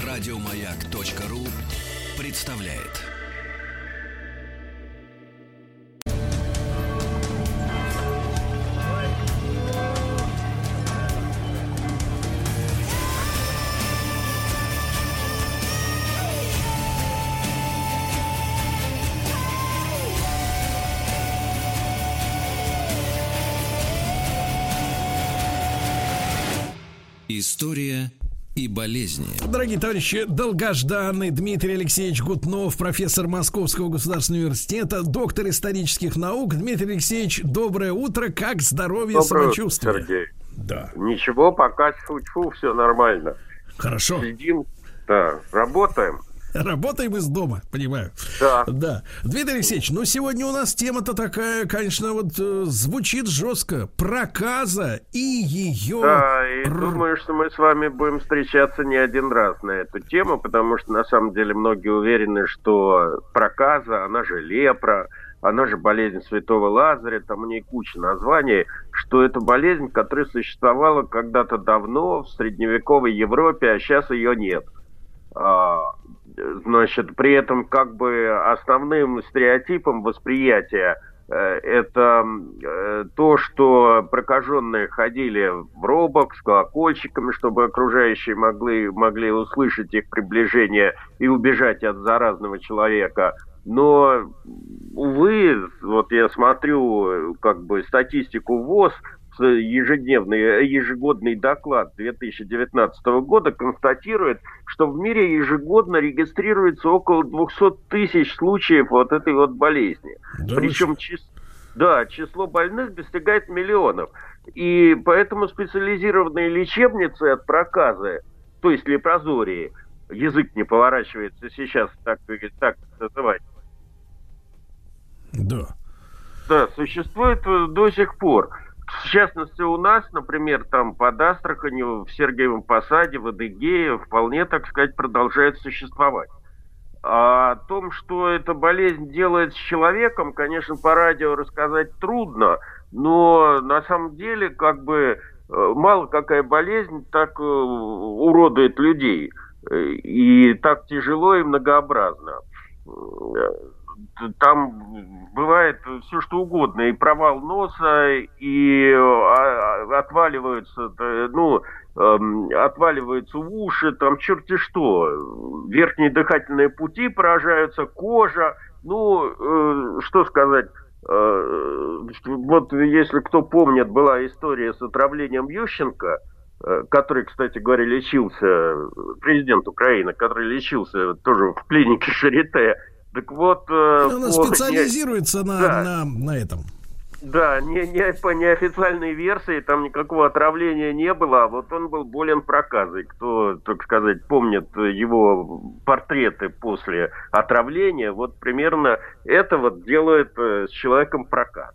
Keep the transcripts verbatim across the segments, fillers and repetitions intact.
Радиомаяк.ру представляет. История и болезни. Дорогие товарищи, долгожданный Дмитрий Алексеевич Гутнов, профессор Московского государственного университета, доктор исторических наук. Дмитрий Алексеевич, доброе утро. Как здоровье, доброе самочувствие? Утро, Сергей. Да. Ничего, пока тьфу-тьфу, все нормально. Хорошо. Сидим, да, работаем. Работаем из дома, понимаю. Да. Да. Дмитрий Алексеевич, ну сегодня у нас тема-то такая, конечно, вот э, звучит жестко. Проказа и ее... Да, и думаю, что мы с вами будем встречаться не один раз на эту тему, потому что на самом деле многие уверены, что проказа, она же лепра, она же болезнь Святого Лазаря, там у нее куча названий, что это болезнь, которая существовала когда-то давно в средневековой Европе, а сейчас ее нет. Значит, при этом как бы основным стереотипом восприятия э, это э, то, что прокаженные ходили в робах с колокольчиками, чтобы окружающие могли, могли услышать их приближение и убежать от заразного человека. Но, увы, вот я смотрю как бы статистику ВОЗ, ежедневный, ежегодный доклад две тысячи девятнадцатого года констатирует, что в мире ежегодно регистрируется около двести тысяч случаев вот этой вот болезни. Да, причем чис... да, число больных достигает миллионов. И поэтому специализированные лечебницы от проказы, то есть лепрозории, язык не поворачивается сейчас так, так называть. Да. Да, существует до сих пор. В частности, у нас, например, там под Астраханью, в Сергиевом Посаде, в Адыгее вполне, так сказать, продолжает существовать. А о том, что эта болезнь делает с человеком, конечно, по радио рассказать трудно, но на самом деле, как бы, мало какая болезнь так уродует людей. И так тяжело и многообразно. Там бывает все что угодно, и провал носа, и отваливаются, ну, отваливаются уши, там черти что, верхние дыхательные пути поражаются, кожа, ну, что сказать, вот если кто помнит, была история с отравлением Ющенко, который, кстати говоря, лечился, президент Украины, который лечился тоже в клинике Шарите. Так вот... Она по... специализируется не... на, да. на, на этом. Да, не, не, по неофициальной версии там никакого отравления не было, а вот он был болен проказой. Кто, так сказать, помнит его портреты после отравления, вот примерно это вот делает э, с человеком проказа.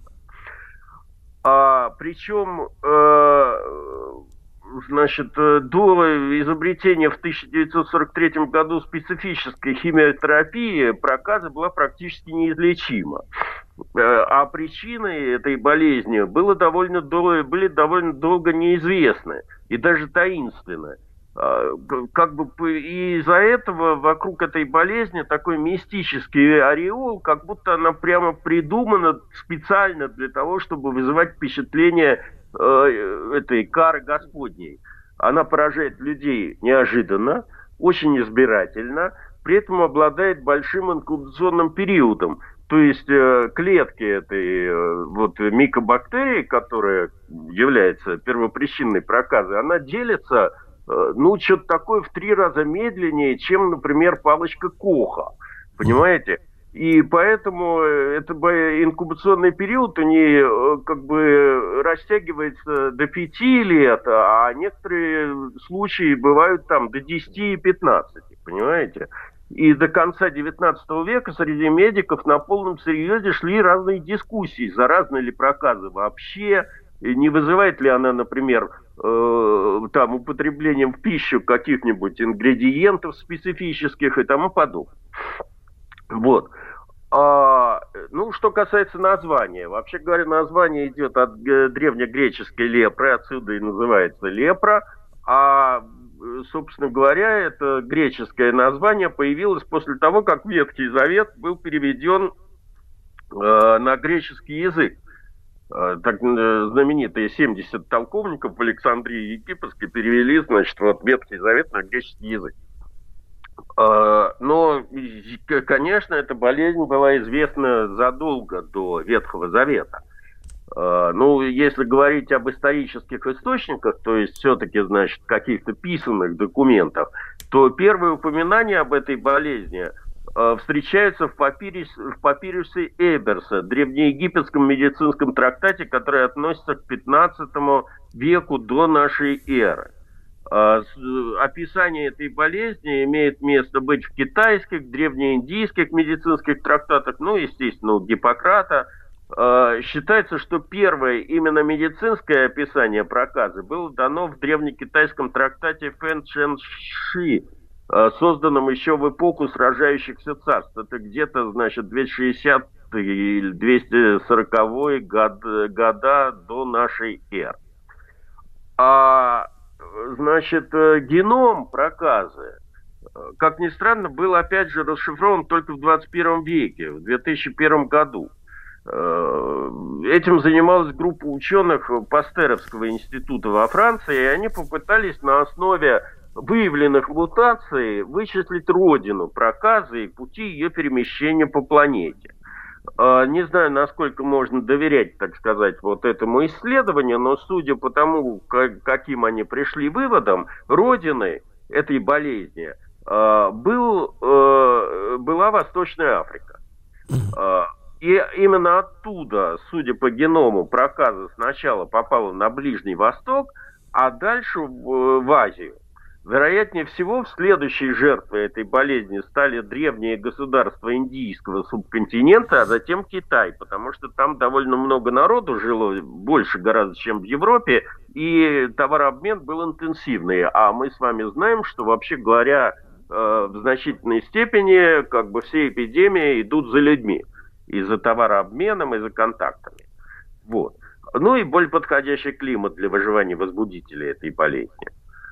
А, причем... Э, Значит, до изобретения в тысяча девятьсот сорок третьем году специфической химиотерапии проказа была практически неизлечима. А причины этой болезни было довольно долго, были довольно долго неизвестны и даже таинственны. Как бы из-за этого вокруг этой болезни такой мистический ореол, как будто она прямо придумана специально для того, чтобы вызывать впечатление этой кары Господней. Она поражает людей неожиданно, очень избирательно, при этом обладает большим инкубационным периодом. То есть э, клетки этой э, вот микобактерии, которая является первопричиной проказы, она делится, э, ну, что-то такое в три раза медленнее, чем, например, палочка Коха. Понимаете? И поэтому это инкубационный период у нее как бы растягивается до пяти лет, а некоторые случаи бывают там до десяти и пятнадцати, понимаете? И до конца девятнадцатого века среди медиков на полном серьезе шли разные дискуссии, заразна ли проказа вообще, не вызывает ли она, например, э, там употреблением в пищу каких-нибудь ингредиентов специфических и тому подобное. Вот. А, ну, что касается названия. Вообще говоря, название идет от древнегреческой лепры, отсюда и называется лепра. А собственно говоря, это греческое название появилось после того, как Ветхий Завет был переведен на греческий язык. Так знаменитые семьдесят толковников в Александрии Египетской перевели, значит, вот Ветхий Завет на греческий язык. Но, конечно, эта болезнь была известна задолго до Ветхого Завета. Ну, если говорить об исторических источниках, то есть все-таки, значит, каких-то писанных документов, то первые упоминания об этой болезни встречаются в, папирис, в папирусе Эберса, древнеегипетском медицинском трактате, который относится к пятнадцатому веку до нашей эры. Описание этой болезни имеет место быть в китайских, древнеиндийских медицинских трактатах, ну, естественно, у Гиппократа. Считается, что первое именно медицинское описание проказы было дано в древнекитайском трактате Фэн Чжэн Ши, созданном еще в эпоху сражающихся царств. Это где-то, значит, двести шестидесятые или двести сороковые год, года до нашей эры. А, значит, геном проказы, как ни странно, был опять же расшифрован только в двадцать первом веке, в две тысячи первом году. Этим занималась группа ученых Пастеровского института во Франции, и они попытались на основе выявленных мутаций вычислить родину проказы и пути ее перемещения по планете. Не знаю, насколько можно доверять, так сказать, вот этому исследованию, но судя по тому, как, каким они пришли выводам, родиной этой болезни был, была Восточная Африка. И именно оттуда, судя по геному, проказа сначала попала на Ближний Восток, а дальше в, в Азию. Вероятнее всего, в следующей жертвой этой болезни стали древние государства индийского субконтинента, а затем Китай, потому что там довольно много народу жило, больше гораздо, чем в Европе, и товарообмен был интенсивный. А мы с вами знаем, что, вообще говоря, в значительной степени как бы все эпидемии идут за людьми. И за товарообменом, и за контактами. Вот. Ну и более подходящий климат для выживания возбудителей этой болезни.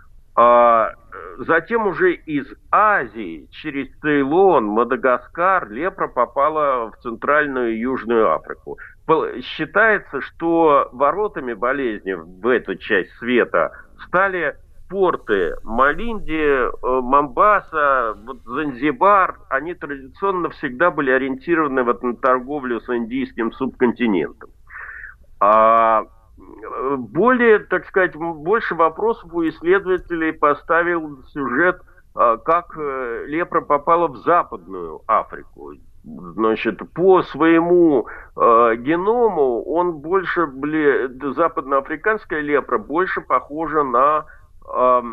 А затем уже из Азии, через Цейлон, Мадагаскар, лепра попала в Центральную и Южную Африку. Считается, что воротами болезни в эту часть света стали порты Малинди, Момбаса, вот Занзибар. Они традиционно всегда были ориентированы вот на торговлю с индийским субконтинентом. А более, так сказать, больше вопросов у исследователей поставил сюжет, как лепра попала в Западную Африку. Значит, по своему э, геному он больше, бли, западноафриканская лепра больше похожа на э,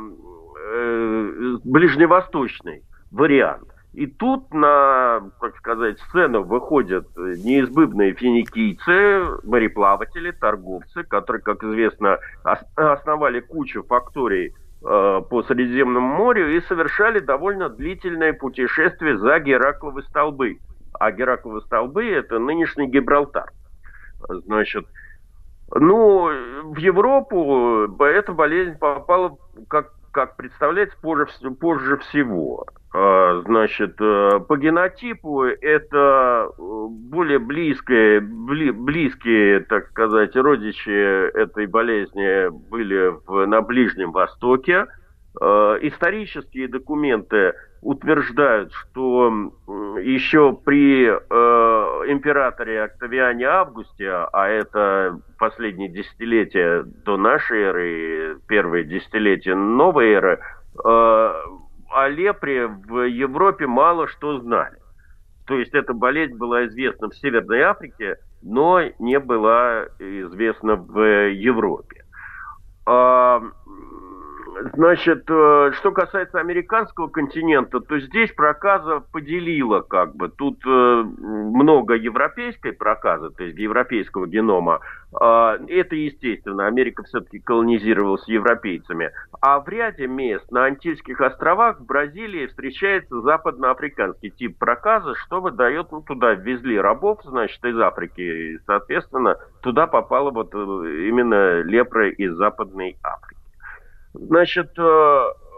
э, ближневосточный вариант. И тут на, так сказать, сцену выходят неизбывные финикийцы, мореплаватели, торговцы, которые, как известно, основали кучу факторий э, по Средиземному морю и совершали довольно длительное путешествие за Геракловы столбы. А Геракловы столбы – это нынешний Гибралтар. Значит, ну, в Европу эта болезнь попала, как, как представляется, позже, позже всего. Значит, по генотипу это более близкие, бли, близкие, так сказать, родичи этой болезни были в, на Ближнем Востоке. Исторические документы утверждают, что еще при э, императоре Октавиане Августе, а это последние десятилетия до нашей эры, первые десятилетия новой эры, э, о лепре в Европе мало что знали. То есть эта болезнь была известна в Северной Африке, но не была известна в Европе. А, значит, что касается американского континента, то здесь проказа поделила как бы. Тут много европейской проказы, то есть европейского генома. Это естественно, Америка все-таки колонизировалась европейцами. А в ряде мест на Антильских островах в Бразилии встречается западноафриканский тип проказа, что выдает, ну, туда ввезли рабов, значит, из Африки, и, соответственно, туда попала вот именно лепра из Западной Африки. Значит,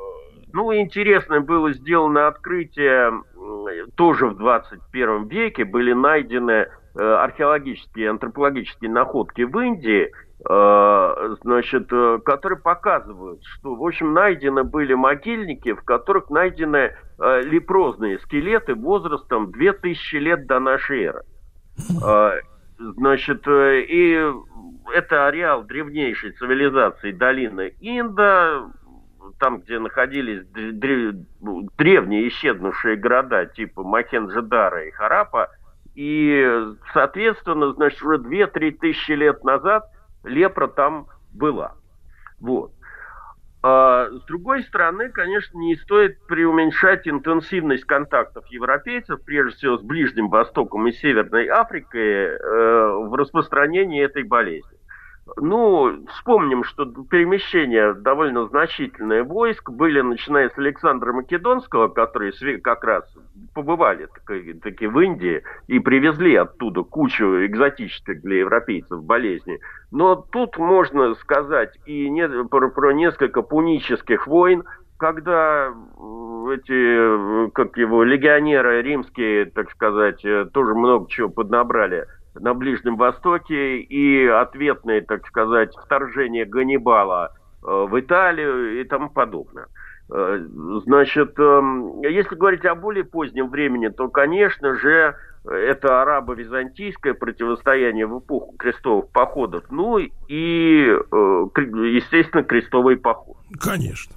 Ну, интересно было сделано открытие, тоже в двадцать первом веке были найдены археологические, антропологические находки в Индии, значит, которые показывают, что, в общем, найдены были могильники, в которых найдены лепрозные скелеты возрастом две тысячи лет до нашей эры. Значит, и это ареал древнейшей цивилизации долины Инда, там, где находились древние исчезнувшие города типа Мохенджо-Даро и Хараппа, и, соответственно, значит, уже две-три тысячи лет назад лепра там была. Вот. А с другой стороны, конечно, не стоит преуменьшать интенсивность контактов европейцев, прежде всего с Ближним Востоком и Северной Африкой, э, в распространении этой болезни. Ну, вспомним, что перемещения довольно значительные войск были, начиная с Александра Македонского, которые как раз побывали таки, таки в Индии и привезли оттуда кучу экзотических для европейцев болезней. Но тут можно сказать и не, про, про несколько пунических войн, когда эти, как его, легионеры римские, так сказать, тоже много чего поднабрали на Ближнем Востоке, и ответные, так сказать, вторжения Ганнибала в Италию и тому подобное. Значит, если говорить о более позднем времени, то, конечно же, это арабо-византийское противостояние в эпоху крестовых походов, ну и, естественно, крестовый поход. Конечно.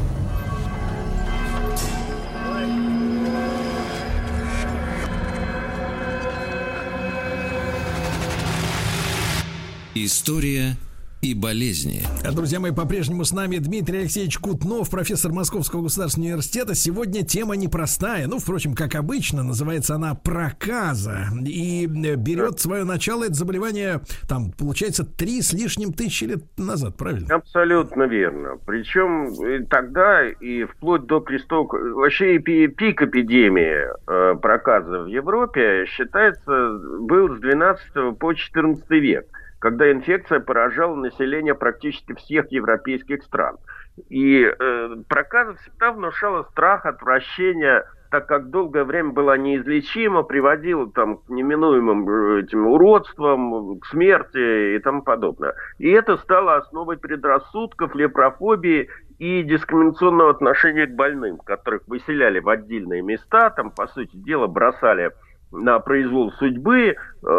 История и болезни. Друзья мои, по-прежнему с нами Дмитрий Алексеевич Кутнов, профессор Московского государственного университета. Сегодня тема непростая, ну, впрочем, как обычно, называется она проказа. И берет свое начало это заболевание, там, получается, три с лишним тысячи лет назад, правильно? Абсолютно верно. Причем и тогда, и вплоть до крестовых... Вообще пик эпидемии э, проказа в Европе, считается, был с двенадцатого по четырнадцатый век, когда инфекция поражала население практически всех европейских стран. И э, проказа всегда внушала страх, отвращение, так как долгое время была неизлечима, приводила там, к неминуемым этим уродствам, к смерти и тому подобное. И это стало основой предрассудков, лепрофобии и дискриминационного отношения к больным, которых выселяли в отдельные места, там, по сути дела, бросали на произвол судьбы,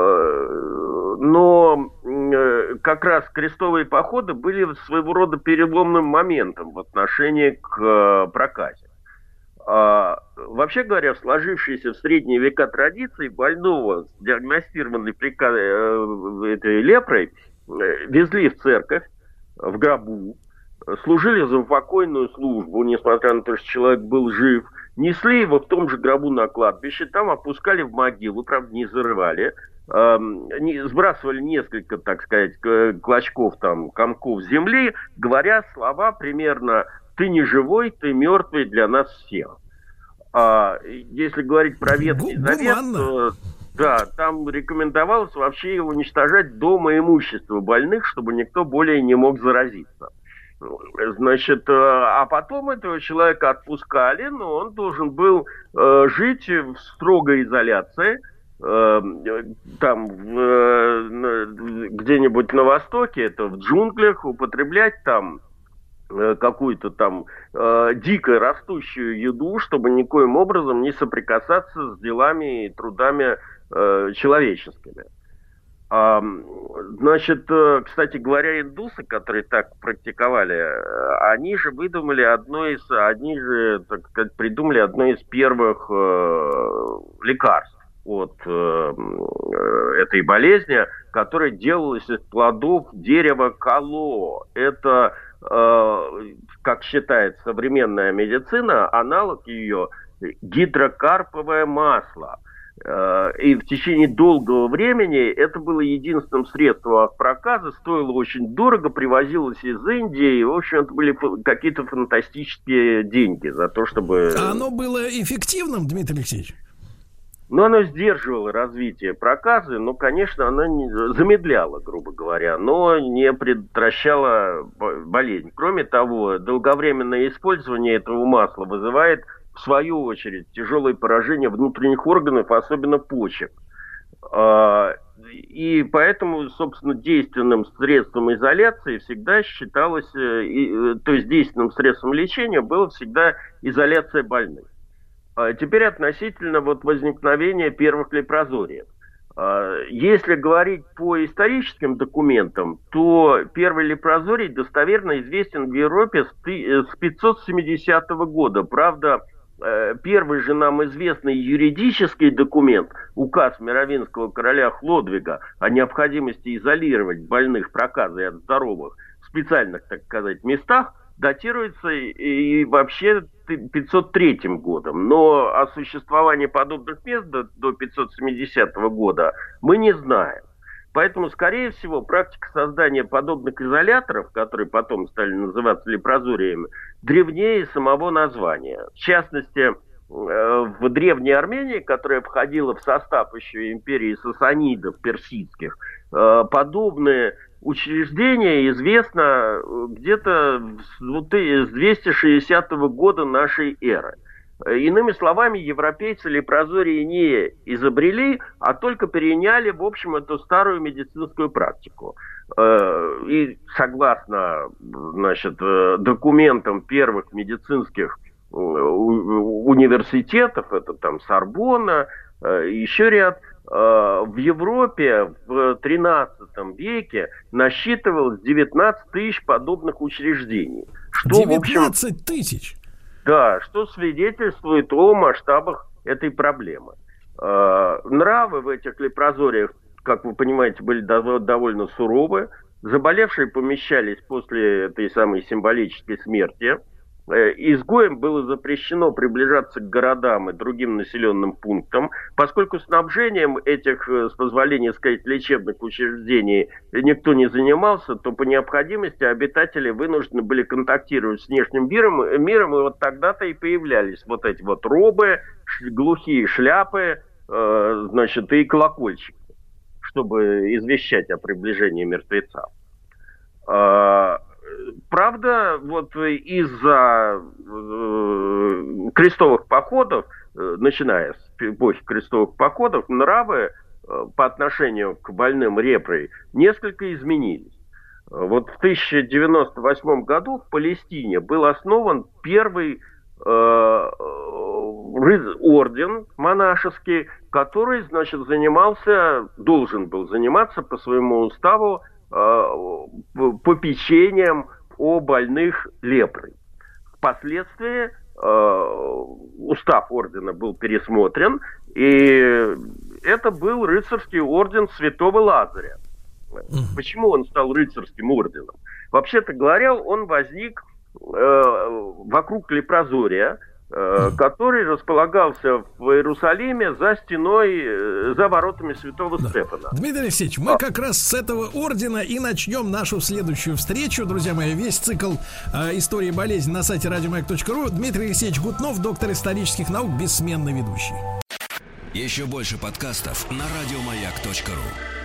но как раз крестовые походы были своего рода переломным моментом в отношении к проказе. Вообще говоря, в сложившейся в средние века традиции больного, диагностированной этой лепрой, везли в церковь, в гробу, служили за упокойную службу, несмотря на то, что человек был жив, несли его в том же гробу на кладбище, там опускали в могилу, правда, не зарывали, э, не, сбрасывали несколько, так сказать, клочков, там, комков земли, говоря слова примерно «ты не живой, ты мертвый для нас всех». А если говорить про Ветхий Завет, то, да, там рекомендовалось вообще уничтожать дома имущество больных, чтобы никто более не мог заразиться. Значит, а потом этого человека отпускали, но он должен был э, жить в строгой изоляции, э, там э, где-нибудь на востоке, это в джунглях, употреблять там э, какую-то там э, дико растущую еду, чтобы никоим образом не соприкасаться с делами и трудами э, человеческими. Значит, кстати говоря, индусы, которые так практиковали, они же выдумали одно из, они же, так сказать, придумали одно из первых э, лекарств от э, этой болезни, которое делалось из плодов дерева кало. Это, э, как считает современная медицина, аналог ее гидрокарповое масло. И в течение долгого времени это было единственным средством от проказа, стоило очень дорого, привозилось из Индии, и, в общем, это были какие-то фантастические деньги за то, чтобы... А оно было эффективным, Дмитрий Алексеевич? Но оно сдерживало развитие проказы, но, конечно, оно не, замедляло, грубо говоря, но не предотвращало болезнь. Кроме того, долговременное использование этого масла вызывает, в свою очередь, тяжелое поражение внутренних органов, особенно почек. И поэтому, собственно, действенным средством изоляции всегда считалось, то есть действенным средством лечения было всегда изоляция больных. Теперь относительно вот возникновения первых лепрозориев. Если говорить по историческим документам, то первый лепрозорий достоверно известен в Европе с пятьсот семидесятого года. Правда, первый же нам известный юридический документ, указ мировинского короля Хлодвига о необходимости изолировать больных проказой от здоровых в специальных, так сказать, местах, датируется и вообще пятьсот третьим годом. Но о существовании подобных мест до, до пятьсот семидесятого года мы не знаем. Поэтому, скорее всего, практика создания подобных изоляторов, которые потом стали называться лепрозориями, древнее самого названия. В частности, в Древней Армении, которая входила в состав еще империи сасанидов персидских, подобные учреждения известно где-то с двухсот шестидесятого года нашей эры. Иными словами, европейцы лепрозории не изобрели, а только переняли, в общем, эту старую медицинскую практику. И согласно, значит, документам первых медицинских университетов, это там Сорбонна, еще ряд, в Европе в тринадцатом веке насчитывалось девятнадцать тысяч подобных учреждений. Что, девятнадцать тысяч? Да, что свидетельствует о масштабах этой проблемы. Нравы в этих лепрозориях, как вы понимаете, были довольно суровы. Заболевшие помещались после этой самой символической смерти. Изгоям было запрещено приближаться к городам и другим населенным пунктам, поскольку снабжением этих, с позволения сказать, лечебных учреждений никто не занимался, то по необходимости обитатели вынуждены были контактировать с внешним миром, миром, и вот тогда-то и появлялись вот эти вот робы, глухие шляпы, э, значит, и колокольчики, чтобы извещать о приближении мертвеца. Правда, вот из-за э, крестовых походов, э, начиная с эпохи крестовых походов, нравы э, по отношению к больным лепрой несколько изменились. Вот в тысяча девятьсот девяносто восьмом году в Палестине был основан первый э, орден монашеский, который, значит, занимался, должен был заниматься по своему уставу попечением о больных лепрой. Впоследствии э, устав ордена был пересмотрен, и это был рыцарский орден Святого Лазаря. Почему он стал рыцарским орденом? Вообще-то говоря, он возник э, вокруг лепрозория, который располагался в Иерусалиме за стеной, за воротами Святого да. Стефана. Дмитрий Алексеевич, мы а. как раз с этого ордена и начнем нашу следующую встречу. Друзья мои, весь цикл э, истории болезни на сайте радиомаяк точка ру. Дмитрий Алексеевич Гутнов, доктор исторических наук, бессменный ведущий. Еще больше подкастов на радиомаяк точка ру.